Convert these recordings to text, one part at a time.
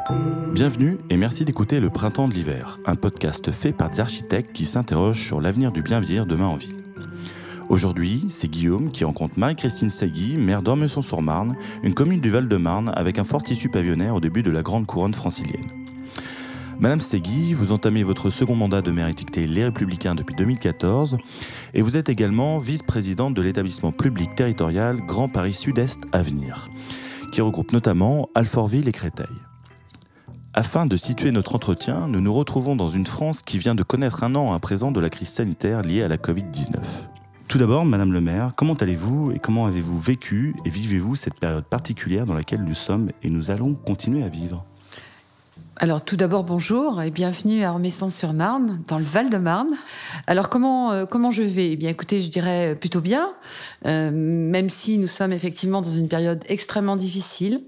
Bienvenue et merci d'écouter Le Printemps de l'hiver, un podcast fait par des architectes qui s'interrogent sur l'avenir du bien vieillir demain en ville. Aujourd'hui, c'est Guillaume qui rencontre Marie-Christine Segui, maire d'Ormesson-sur-Marne, une commune du Val-de-Marne avec un fort tissu pavillonnaire au début de la grande couronne francilienne. Madame Segui, vous entamez votre second mandat de maire étiqueté Les Républicains depuis 2014 et vous êtes également vice-présidente de l'établissement public territorial Grand Paris Sud-Est Avenir, qui regroupe notamment Alfortville et Créteil. Afin de situer notre entretien, nous nous retrouvons dans une France qui vient de connaître un an à présent de la crise sanitaire liée à la Covid-19. Tout d'abord, Madame le maire, comment allez-vous et comment avez-vous vécu et vivez-vous cette période particulière dans laquelle nous sommes et nous allons continuer à vivre ? Alors tout d'abord, bonjour et bienvenue à Ormesson-sur-Marne, dans le Val-de-Marne. Alors comment je vais ? Eh bien écoutez, je dirais plutôt bien, même si nous sommes effectivement dans une période extrêmement difficile,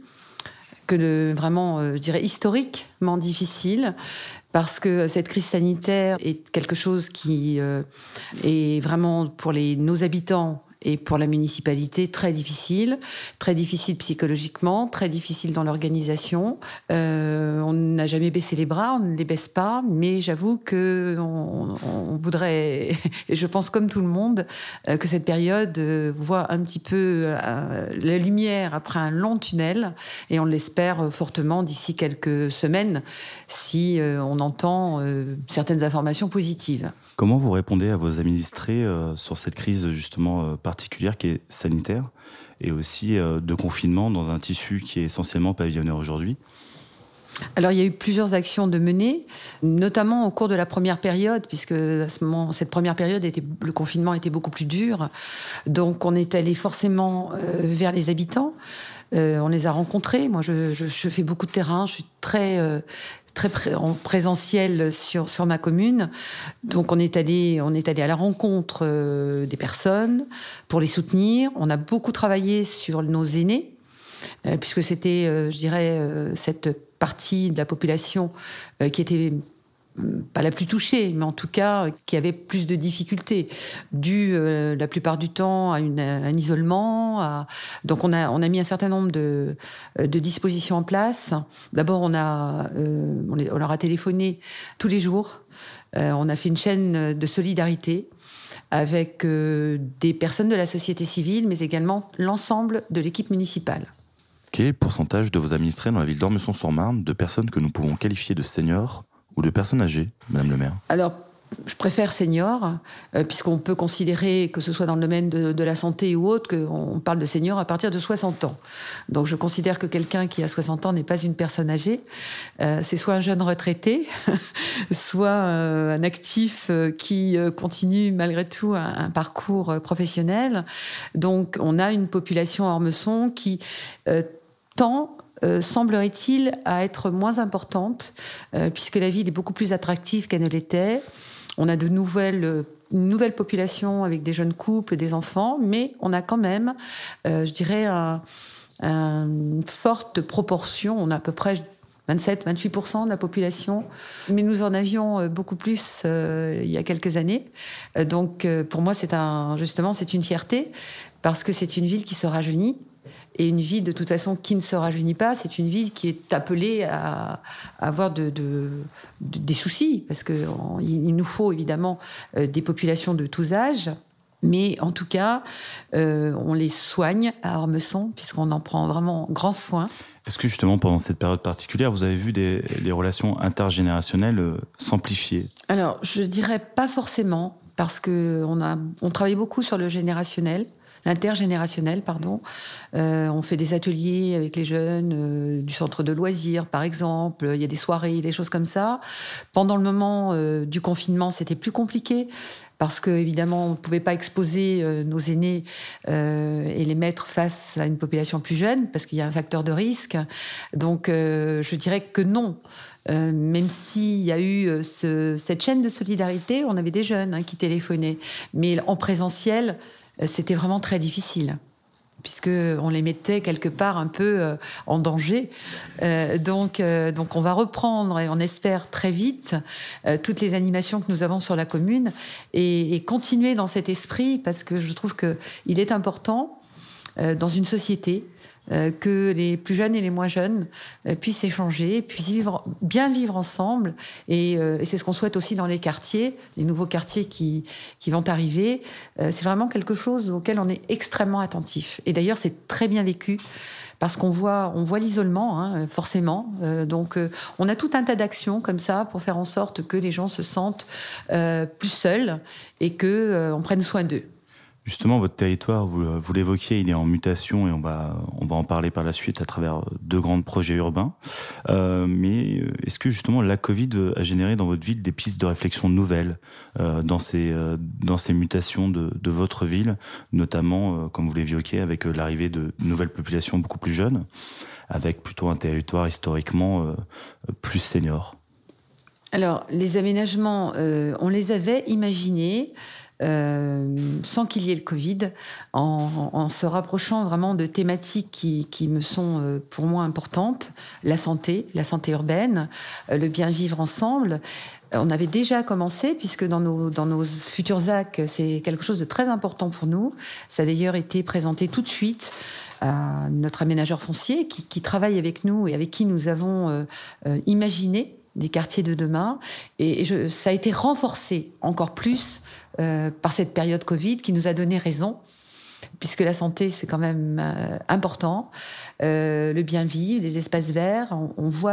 je dirais historiquement difficile, parce que cette crise sanitaire est quelque chose qui est vraiment pour nos habitants et pour la municipalité très difficile psychologiquement, très difficile dans l'organisation. On n'a jamais baissé les bras, on ne les baisse pas, mais j'avoue qu'on voudrait, et je pense comme tout le monde, que cette période voit un petit peu la lumière après un long tunnel, et on l'espère fortement d'ici quelques semaines, si on entend certaines informations positives. Comment vous répondez à vos administrés sur cette crise justement particulière qui est sanitaire et aussi de confinement dans un tissu qui est essentiellement pavillonnaire aujourd'hui ? Alors, il y a eu plusieurs actions de mener, notamment au cours de la première période, puisque à ce moment, cette première période, le confinement était beaucoup plus dur. Donc, on est allé forcément vers les habitants. On les a rencontrés. Moi, je fais beaucoup de terrain. Je suis très en présentiel sur ma commune. Donc, on est allé à la rencontre des personnes pour les soutenir. On a beaucoup travaillé sur nos aînés, puisque c'était, cette partie de la population qui était pas la plus touchée, mais en tout cas qui avait plus de difficultés, dû la plupart du temps à un isolement. Donc on a mis un certain nombre de dispositions en place. D'abord, on leur a téléphoné tous les jours. On a fait une chaîne de solidarité avec des personnes de la société civile, mais également l'ensemble de l'équipe municipale. Quel est le pourcentage de vos administrés dans la ville d'Ormesson-sur-Marne de personnes que nous pouvons qualifier de seniors ou de personnes âgées, Madame le maire ? Alors, je préfère senior, puisqu'on peut considérer, que ce soit dans le domaine de la santé ou autre, qu'on parle de senior à partir de 60 ans. Donc je considère que quelqu'un qui a 60 ans n'est pas une personne âgée. C'est soit un jeune retraité, soit un actif qui continue malgré tout un parcours professionnel. Donc on a une population à Ormesson qui tend, semblerait-il, à être moins importante, puisque la ville est beaucoup plus attractive qu'elle ne l'était. On a une nouvelle population avec des jeunes couples, des enfants, mais on a quand même, une forte proportion. On a à peu près 27-28% de la population, mais nous en avions beaucoup plus il y a quelques années. Donc pour moi, c'est une fierté, parce que c'est une ville qui se rajeunit. Et une ville, de toute façon, qui ne se rajeunit pas, c'est une ville qui est appelée à avoir des soucis, parce qu'il nous faut évidemment des populations de tous âges. Mais en tout cas, on les soigne à Ormesson, puisqu'on en prend vraiment grand soin. Est-ce que justement, pendant cette période particulière, vous avez vu les relations intergénérationnelles s'amplifier ? Alors, je dirais pas forcément, parce qu'on travaille beaucoup sur le générationnel. L'intergénérationnel, pardon. On fait des ateliers avec les jeunes du centre de loisirs, par exemple. Il y a des soirées, des choses comme ça. Pendant le moment du confinement, c'était plus compliqué, parce qu'évidemment, on ne pouvait pas exposer nos aînés et les mettre face à une population plus jeune, parce qu'il y a un facteur de risque. Donc, je dirais que non. Même s'il y a eu cette chaîne de solidarité, on avait des jeunes qui téléphonaient. Mais en présentiel, c'était vraiment très difficile, puisqu'on les mettait quelque part un peu en danger. Donc on va reprendre, et on espère très vite, toutes les animations que nous avons sur la commune, et continuer dans cet esprit, parce que je trouve qu'il est important, dans une société, que les plus jeunes et les moins jeunes puissent échanger, puissent bien vivre ensemble. Et c'est ce qu'on souhaite aussi dans les quartiers, les nouveaux quartiers qui vont arriver. C'est vraiment quelque chose auquel on est extrêmement attentif. Et d'ailleurs, c'est très bien vécu. Parce qu'on voit l'isolement, forcément. Donc, on a tout un tas d'actions comme ça pour faire en sorte que les gens se sentent plus seuls et qu'on prenne soin d'eux. Justement, votre territoire, vous l'évoquiez, il est en mutation et on va en parler par la suite à travers 2 grands projets urbains. Mais est-ce que justement la Covid a généré dans votre ville des pistes de réflexion nouvelles dans ces mutations de votre ville, notamment, comme vous l'évoquiez, avec l'arrivée de nouvelles populations beaucoup plus jeunes, avec plutôt un territoire historiquement plus senior? Alors, les aménagements, on les avait imaginés sans qu'il y ait le Covid, en se rapprochant vraiment de thématiques qui me sont pour moi importantes, la santé urbaine, le bien vivre ensemble. On avait déjà commencé, puisque dans nos futurs ZAC, c'est quelque chose de très important pour nous. Ça a d'ailleurs été présenté tout de suite à notre aménageur foncier qui travaille avec nous et avec qui nous avons imaginé des quartiers de demain. Et ça a été renforcé encore plus par cette période Covid qui nous a donné raison, puisque la santé, c'est quand même important. Le bien vivre, les espaces verts, on voit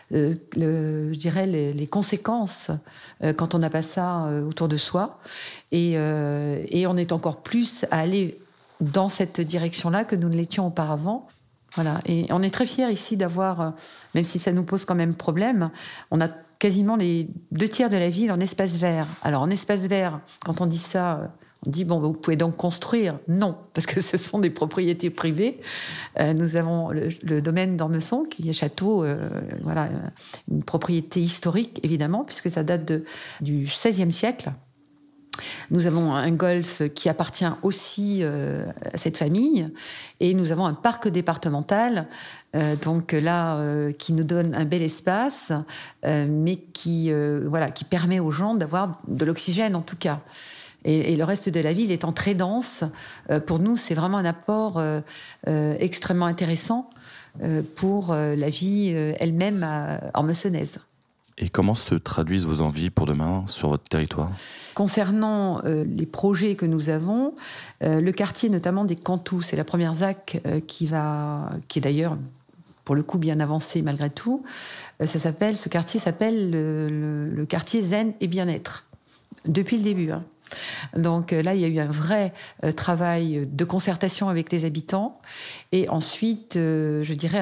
je dirais les conséquences quand on n'a pas ça autour de soi. Et on est encore plus à aller dans cette direction-là que nous ne l'étions auparavant. Voilà. Et on est très fiers ici d'avoir, même si ça nous pose quand même problème, on a quasiment les 2/3 de la ville en espace vert. Alors en espace vert, quand on dit ça, on dit bon, vous pouvez donc construire. Non, parce que ce sont des propriétés privées. Nous avons le domaine d'Ormesson, qui est château, voilà, une propriété historique évidemment, puisque ça date du XVIe siècle. Nous avons un golf qui appartient aussi à cette famille, et nous avons un parc départemental, donc là, qui nous donne un bel espace, mais qui permet aux gens d'avoir de l'oxygène en tout cas. Et le reste de la ville étant très dense, pour nous, c'est vraiment un apport extrêmement intéressant pour la vie elle-même ormessonnaise. Et comment se traduisent vos envies pour demain sur votre territoire ? Concernant les projets que nous avons, le quartier notamment des Cantous, c'est la première ZAC qui est d'ailleurs pour le coup bien avancée malgré tout. Ce quartier s'appelle le quartier Zen et Bien-être, depuis le début. Donc là, il y a eu un vrai travail de concertation avec les habitants, et ensuite, je dirais,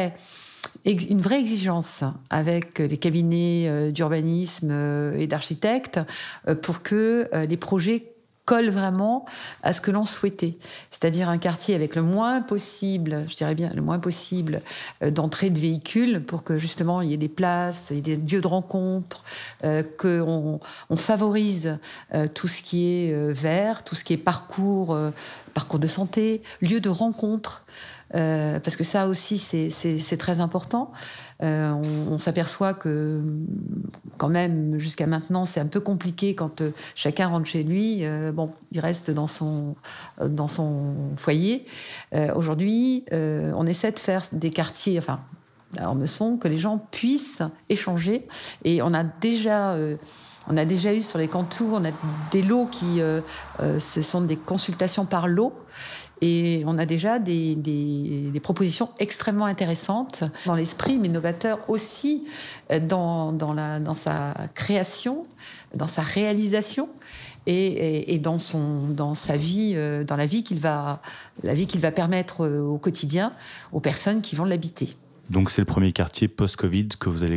une vraie exigence avec les cabinets d'urbanisme et d'architectes pour que les projets collent vraiment à ce que l'on souhaitait. C'est-à-dire un quartier avec le moins possible, je dirais bien le moins possible, d'entrée de véhicules pour que justement il y ait des places, il y ait des lieux de rencontre, qu'on favorise tout ce qui est vert, tout ce qui est parcours de santé, lieux de rencontre. Parce que ça aussi, c'est très important. On s'aperçoit que, quand même, jusqu'à maintenant, c'est un peu compliqué quand chacun rentre chez lui. Il reste dans son foyer. Aujourd'hui, on essaie de faire des quartiers, à Ormesson, que les gens puissent échanger. Et on a déjà eu sur les Cantous, on a des lots qui, ce sont des consultations par lot. Et on a déjà des propositions extrêmement intéressantes dans l'esprit, mais novateur aussi dans sa création, dans sa réalisation et dans sa vie, dans la vie qu'il va permettre au quotidien aux personnes qui vont l'habiter. Donc c'est le premier quartier post-Covid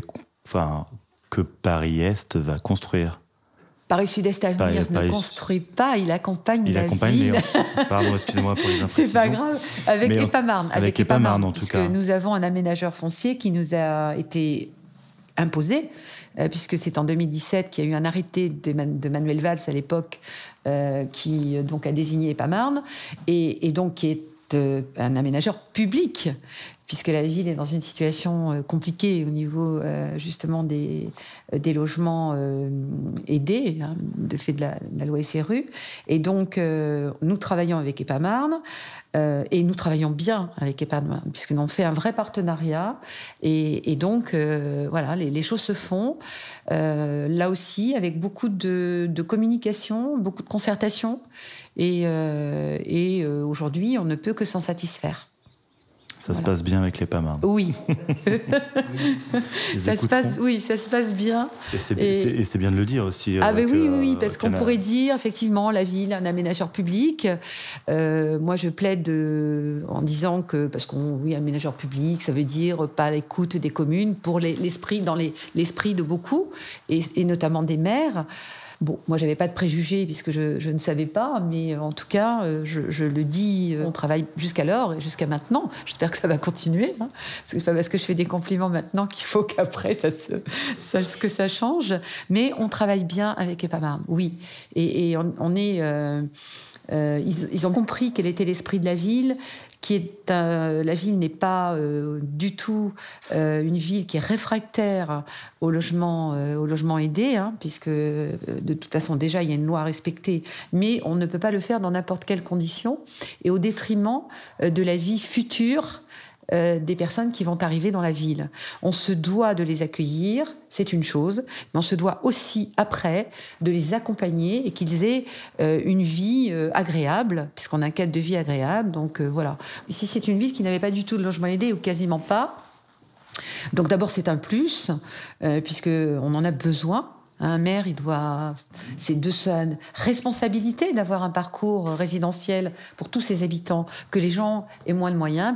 que Paris-Est va construire. Paris Sud-Est Avenir ne construit pas, il accompagne la ville. Pardon, excusez-moi pour les imprécisions. C'est pas grave. Avec Epamarne. Avec Epamarne, en tout cas. Parce que nous avons un aménageur foncier qui nous a été imposé, puisque c'est en 2017 qu'il y a eu un arrêté de Manuel Valls à l'époque, qui donc a désigné Epamarne, et donc qui est un aménageur public, puisque la ville est dans une situation compliquée au niveau justement des logements aidés, hein, de fait de la loi SRU. Et donc, nous travaillons avec EPAMarne, et nous travaillons bien avec EPAMarne, puisque nous avons fait un vrai partenariat. Et donc, voilà, les choses se font. Là aussi, avec beaucoup de communication, beaucoup de concertation. Et aujourd'hui, on ne peut que s'en satisfaire. Ça se passe bien avec l'EPAMarne. Oui. Ça se passe bien. Et c'est bien de le dire aussi. Oui, parce qu'on pourrait dire, effectivement, la ville, un aménageur public. Moi, je plaide en disant que, parce oui, aménageur public, ça veut dire pas l'écoute des communes pour l'esprit de beaucoup, et notamment des maires. Bon, moi, j'avais pas de préjugés puisque je ne savais pas, mais en tout cas, je le dis, on travaille jusqu'alors et jusqu'à maintenant. J'espère que ça va continuer. Hein. C'est pas parce que je fais des compliments maintenant qu'il faut qu'après que ça change. Mais on travaille bien avec EPAMarne, oui. Et on est... ils ont compris quel était l'esprit de la ville. La ville n'est pas du tout une ville qui est réfractaire au logement aidé, hein, puisque de toute façon déjà il y a une loi à respecter, mais on ne peut pas le faire dans n'importe quelle condition et au détriment de la vie future des personnes qui vont arriver dans la ville. On se doit de les accueillir, c'est une chose, mais on se doit aussi, après, de les accompagner et qu'ils aient une vie agréable, puisqu'on a un cadre de vie agréable. Donc voilà. Ici, c'est une ville qui n'avait pas du tout de logement aidé, ou quasiment pas. Donc d'abord, c'est un plus, puisqu'on en a besoin. Un maire, c'est de sa responsabilité d'avoir un parcours résidentiel pour tous ses habitants, que les gens aient moins de moyens,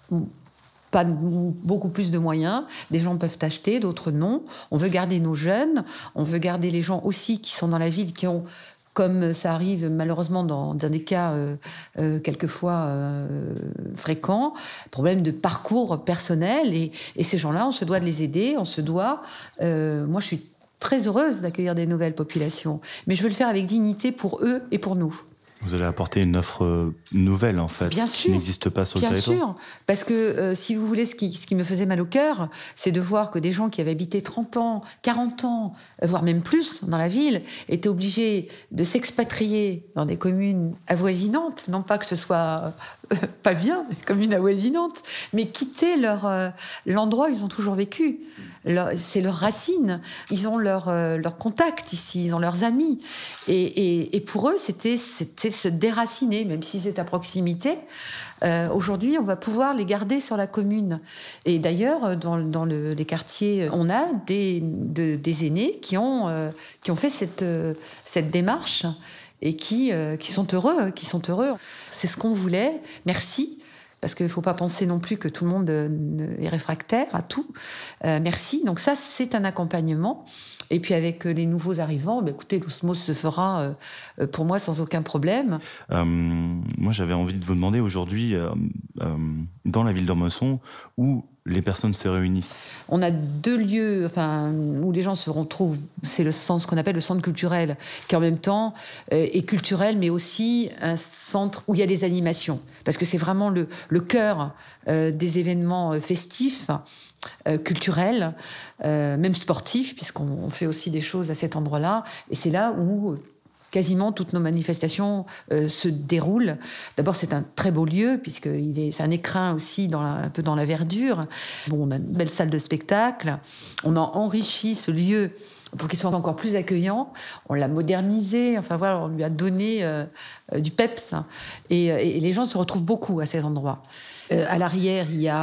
pas beaucoup plus de moyens. Des gens peuvent acheter, d'autres non. On veut garder nos jeunes, on veut garder les gens aussi qui sont dans la ville, qui ont, comme ça arrive malheureusement dans des cas quelquefois fréquents, problème de parcours personnel. Et ces gens-là, on se doit de les aider, on se doit... moi, je suis très heureuse d'accueillir des nouvelles populations, mais je veux le faire avec dignité pour eux et pour nous. Vous allez apporter une offre nouvelle, en fait, qui n'existe pas sur le territoire. Bien sûr, parce que si vous voulez, ce qui me faisait mal au cœur, c'est de voir que des gens qui avaient habité 30 ans, 40 ans, voire même plus dans la ville, étaient obligés de s'expatrier dans des communes avoisinantes, non pas que ce soit pas bien, des communes avoisinantes, mais quitter l'endroit où ils ont toujours vécu. C'est leurs racines, ils ont leur contact ici, ils ont leurs amis. Et pour eux, c'était se déraciner, même si c'est à proximité. Aujourd'hui, on va pouvoir les garder sur la commune. Et d'ailleurs, dans les quartiers, on a des aînés qui ont fait cette démarche et qui sont heureux. C'est ce qu'on voulait. Merci. Parce qu'il ne faut pas penser non plus que tout le monde est réfractaire à tout. Merci. Donc ça, c'est un accompagnement. Et puis avec les nouveaux arrivants, écoutez, l'osmose se fera pour moi sans aucun problème. Moi, j'avais envie de vous demander aujourd'hui, dans la ville d'Ormesson, où les personnes se réunissent. On a 2 lieux où les gens se retrouvent. C'est ce qu'on appelle le centre culturel, qui en même temps est culturel, mais aussi un centre où il y a des animations. Parce que c'est vraiment le cœur des événements festifs, culturels, même sportifs, puisqu'on fait aussi des choses à cet endroit-là. Et c'est là où... quasiment toutes nos manifestations se déroulent. D'abord, c'est un très beau lieu, c'est un écrin aussi un peu dans la verdure. Bon, on a une belle salle de spectacle. On a enrichi ce lieu pour qu'il soit encore plus accueillant. On l'a modernisé. Enfin voilà, on lui a donné du peps. Et les gens se retrouvent beaucoup à cet endroit. À l'arrière, il y a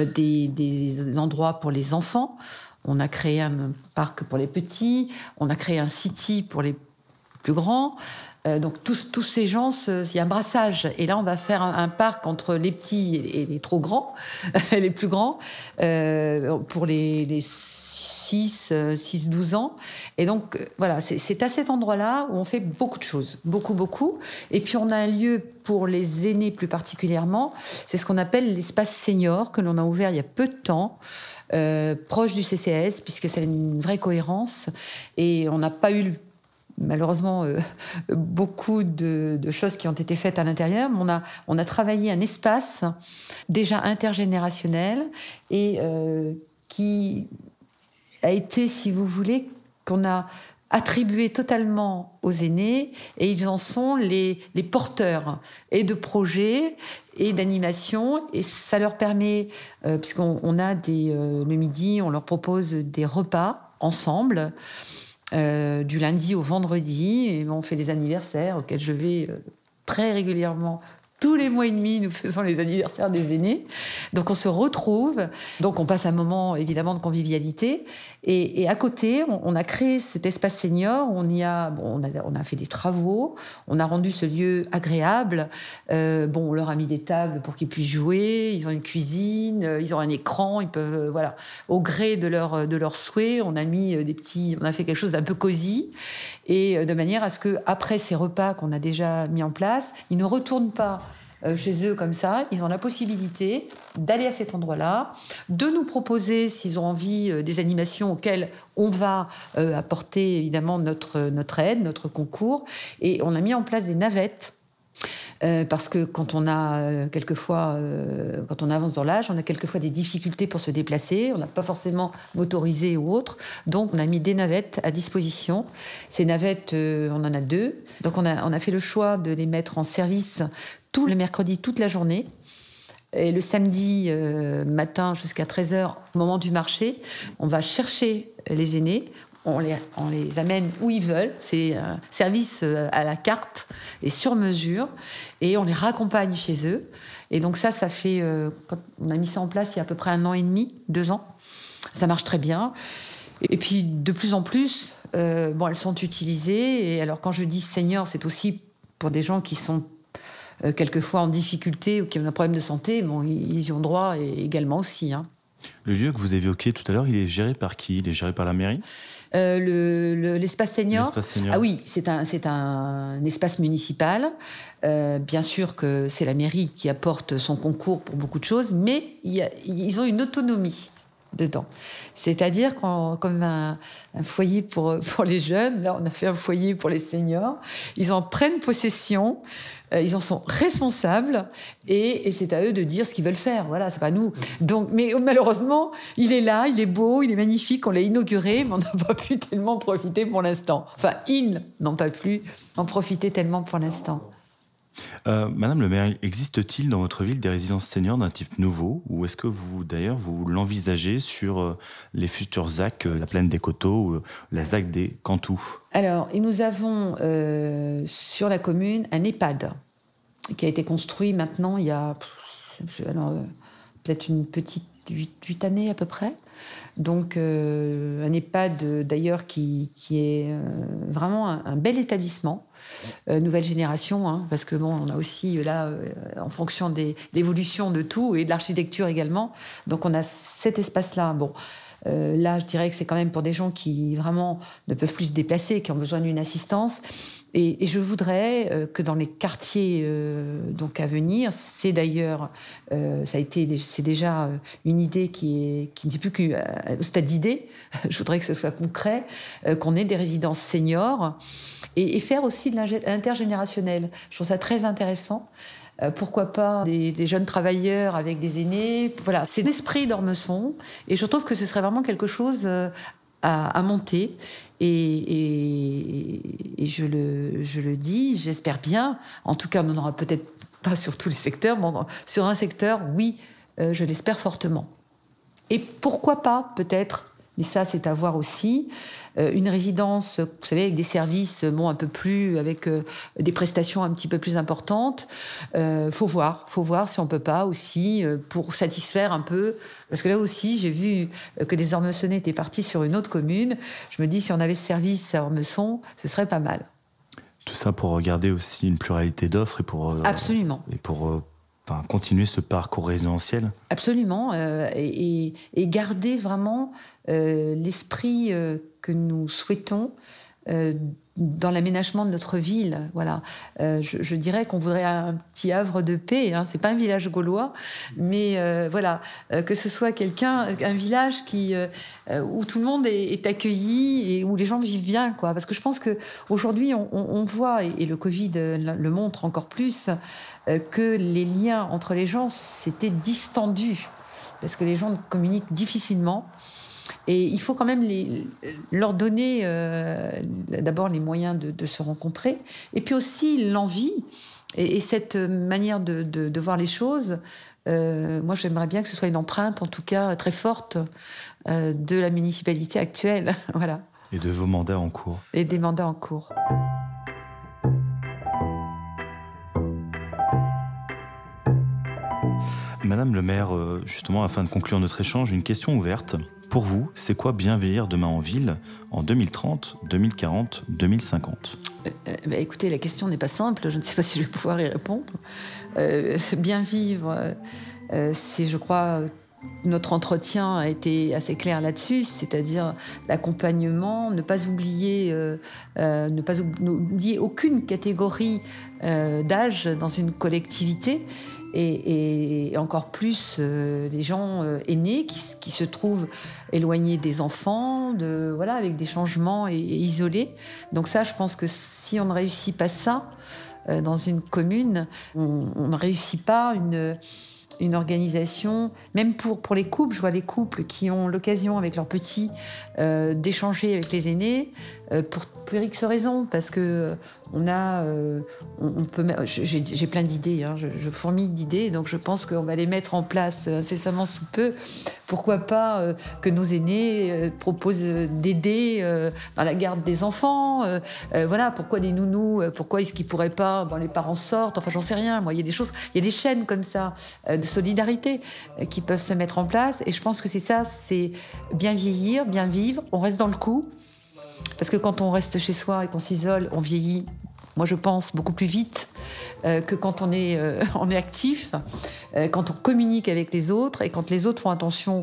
des endroits pour les enfants. On a créé un parc pour les petits. On a créé un city pour les plus grands. Donc tous ces gens, il y a un brassage. Et là, on va faire un parc entre les petits et les trop grands, les plus grands, pour les 6-12 ans. Et donc, voilà, c'est à cet endroit-là où on fait beaucoup de choses. Beaucoup. Et puis, on a un lieu pour les aînés plus particulièrement. C'est ce qu'on appelle l'espace senior, que l'on a ouvert il y a peu de temps, proche du CCAS, puisque ça a une vraie cohérence. Et on n'a pas eu malheureusement beaucoup de choses qui ont été faites à l'intérieur. On a travaillé un espace déjà intergénérationnel et qui a été, si vous voulez, qu'on a attribué totalement aux aînés, et ils en sont les porteurs et de projets et d'animation, et ça leur permet, puisqu'on a le midi, on leur propose des repas ensemble, du lundi au vendredi, et on fait des anniversaires auxquels je vais très régulièrement. Tous les mois et demi, nous faisons les anniversaires des aînés. Donc, on se retrouve. Donc, on passe un moment, évidemment, de convivialité. Et à côté, on a créé cet espace senior. On a fait des travaux. On a rendu ce lieu agréable. On leur a mis des tables pour qu'ils puissent jouer. Ils ont une cuisine. Ils ont un écran. Ils peuvent, voilà. Au gré de leurs souhaits, on a mis on a fait quelque chose d'un peu cosy. Et de manière à ce qu'après ces repas qu'on a déjà mis en place, ils ne retournent pas chez eux comme ça. Ils ont la possibilité d'aller à cet endroit-là, de nous proposer, s'ils ont envie, des animations auxquelles on va apporter évidemment notre aide, notre concours. Et on a mis en place des navettes. Parce que quand on avance dans l'âge, on a quelquefois des difficultés pour se déplacer, on n'a pas forcément motorisé ou autre, donc on a mis des navettes à disposition. Ces navettes, on en a 2, donc on a fait le choix de les mettre en service tout le mercredi, toute la journée. Et le samedi matin jusqu'à 13h, au moment du marché, on va chercher les aînés. On les amène où ils veulent. C'est un service à la carte et sur mesure. Et on les raccompagne chez eux. Et donc ça fait... quand on a mis ça en place il y a à peu près 1 an et demi, 2 ans. Ça marche très bien. Et puis, de plus en plus, elles sont utilisées. Et alors, quand je dis seniors, c'est aussi pour des gens qui sont quelquefois en difficulté ou qui ont un problème de santé. Bon, ils y ont droit également aussi. Hein. Le lieu que vous évoquiez tout à l'heure, il est géré par qui ? Il est géré par la mairie ? L'espace senior. L'espace senior. Ah oui, c'est un espace municipal. Bien sûr que c'est la mairie qui apporte son concours pour beaucoup de choses, mais ils ont une autonomie dedans. C'est-à-dire comme un foyer pour les jeunes, là on a fait un foyer pour les seniors, ils en prennent possession, ils en sont responsables et c'est à eux de dire ce qu'ils veulent faire. Voilà, c'est pas nous. Donc, mais malheureusement, il est là, il est beau, il est magnifique, on l'a inauguré, mais on n'a pas pu tellement en profiter pour l'instant. Enfin, ils n'ont pas pu en profiter tellement pour l'instant. Madame le maire, existe-t-il dans votre ville des résidences seniors d'un type nouveau, ou est-ce que vous l'envisagez sur les futures ZAC, la Plaine des Coteaux ou la ZAC des Cantoux ? Alors, nous avons sur la commune un EHPAD qui a été construit maintenant il y a peut-être une petite 8 années à peu près. Donc, un EHPAD d'ailleurs qui est vraiment un bel établissement, nouvelle génération, hein, parce que on a aussi là, en fonction de l'évolution de tout et de l'architecture également. Donc, on a cet espace-là. Bon. Là, je dirais que c'est quand même pour des gens qui vraiment ne peuvent plus se déplacer, qui ont besoin d'une assistance. Et je voudrais que dans les quartiers donc à venir, c'est d'ailleurs, c'est déjà une idée qui n'est plus qu'au stade d'idée. Je voudrais que ce soit concret, qu'on ait des résidences seniors et faire aussi de l'intergénérationnel. Je trouve ça très intéressant. Pourquoi pas des jeunes travailleurs avec des aînés. Voilà, c'est l'esprit d'Ormesson. Et je trouve que ce serait vraiment quelque chose à monter. Et je le dis, j'espère bien. En tout cas, on n'en aura peut-être pas sur tous les secteurs. Mais sur un secteur, oui, je l'espère fortement. Et pourquoi pas, peut-être, mais ça, c'est à voir aussi, une résidence, vous savez, avec des services, un peu plus, avec des prestations un petit peu plus importantes. Faut voir si on peut pas aussi, pour satisfaire un peu, parce que là aussi, j'ai vu que des Ormessonnais étaient partis sur une autre commune. Je me dis, si on avait ce service à Ormesson, ce serait pas mal. Tout ça pour regarder aussi une pluralité d'offres et pour... Absolument. Et pour... continuer ce parcours résidentiel. Absolument, et garder vraiment l'esprit que nous souhaitons dans l'aménagement de notre ville. Voilà. Je dirais qu'on voudrait un petit havre de paix. Hein. C'est pas un village gaulois, mais voilà, que ce soit un village où tout le monde est accueilli et où les gens vivent bien, quoi. Parce que je pense que aujourd'hui, on voit, et le Covid le montre encore plus, que les liens entre les gens s'étaient distendus parce que les gens communiquent difficilement. Et il faut quand même leur donner d'abord les moyens de se rencontrer, et puis aussi l'envie et cette manière de voir les choses. Moi, j'aimerais bien que ce soit une empreinte, en tout cas très forte, de la municipalité actuelle. Voilà. Et de vos mandats en cours. Et des mandats en cours. Madame le maire, justement, afin de conclure notre échange, une question ouverte. Pour vous, c'est quoi bien vieillir demain en ville en 2030, 2040, 2050 ? Écoutez, la question n'est pas simple. Je ne sais pas si je vais pouvoir y répondre. Bien vivre, c'est, je crois, notre entretien a été assez clair là-dessus, c'est-à-dire l'accompagnement, ne pas oublier aucune catégorie d'âge dans une collectivité. Et encore plus les gens aînés qui se trouvent éloignés des enfants, avec des changements et isolés. Donc ça, je pense que si on ne réussit pas ça dans une commune, on ne réussit pas une organisation, même pour les couples. Je vois les couples qui ont l'occasion avec leurs petits d'échanger avec les aînés pour X raisons, parce que j'ai plein d'idées, hein, je fourmille d'idées, donc je pense qu'on va les mettre en place incessamment sous peu. Pourquoi pas que nos aînés proposent d'aider dans la garde des enfants, voilà, pourquoi les nounous, pourquoi est-ce qu'ils pourraient pas, les parents sortent, enfin j'en sais rien, moi, il y a des choses, il y a des chaînes comme ça de solidarité qui peuvent se mettre en place, et je pense que c'est ça, c'est bien vieillir, bien vivre, on reste dans le coup. Parce que quand on reste chez soi et qu'on s'isole, on vieillit, moi je pense, beaucoup plus vite que quand on est actif, quand on communique avec les autres et quand les autres font attention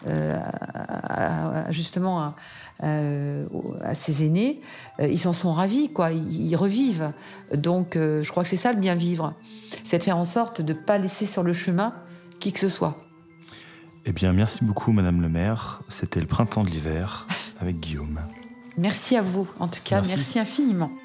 justement à ces aînés, ils en sont ravis, quoi, ils revivent. Donc je crois que c'est ça le bien vivre, c'est de faire en sorte de ne pas laisser sur le chemin qui que ce soit. Eh bien, merci beaucoup, Madame le maire. C'était le printemps de l'hiver avec Guillaume. Merci à vous, en tout cas, merci infiniment.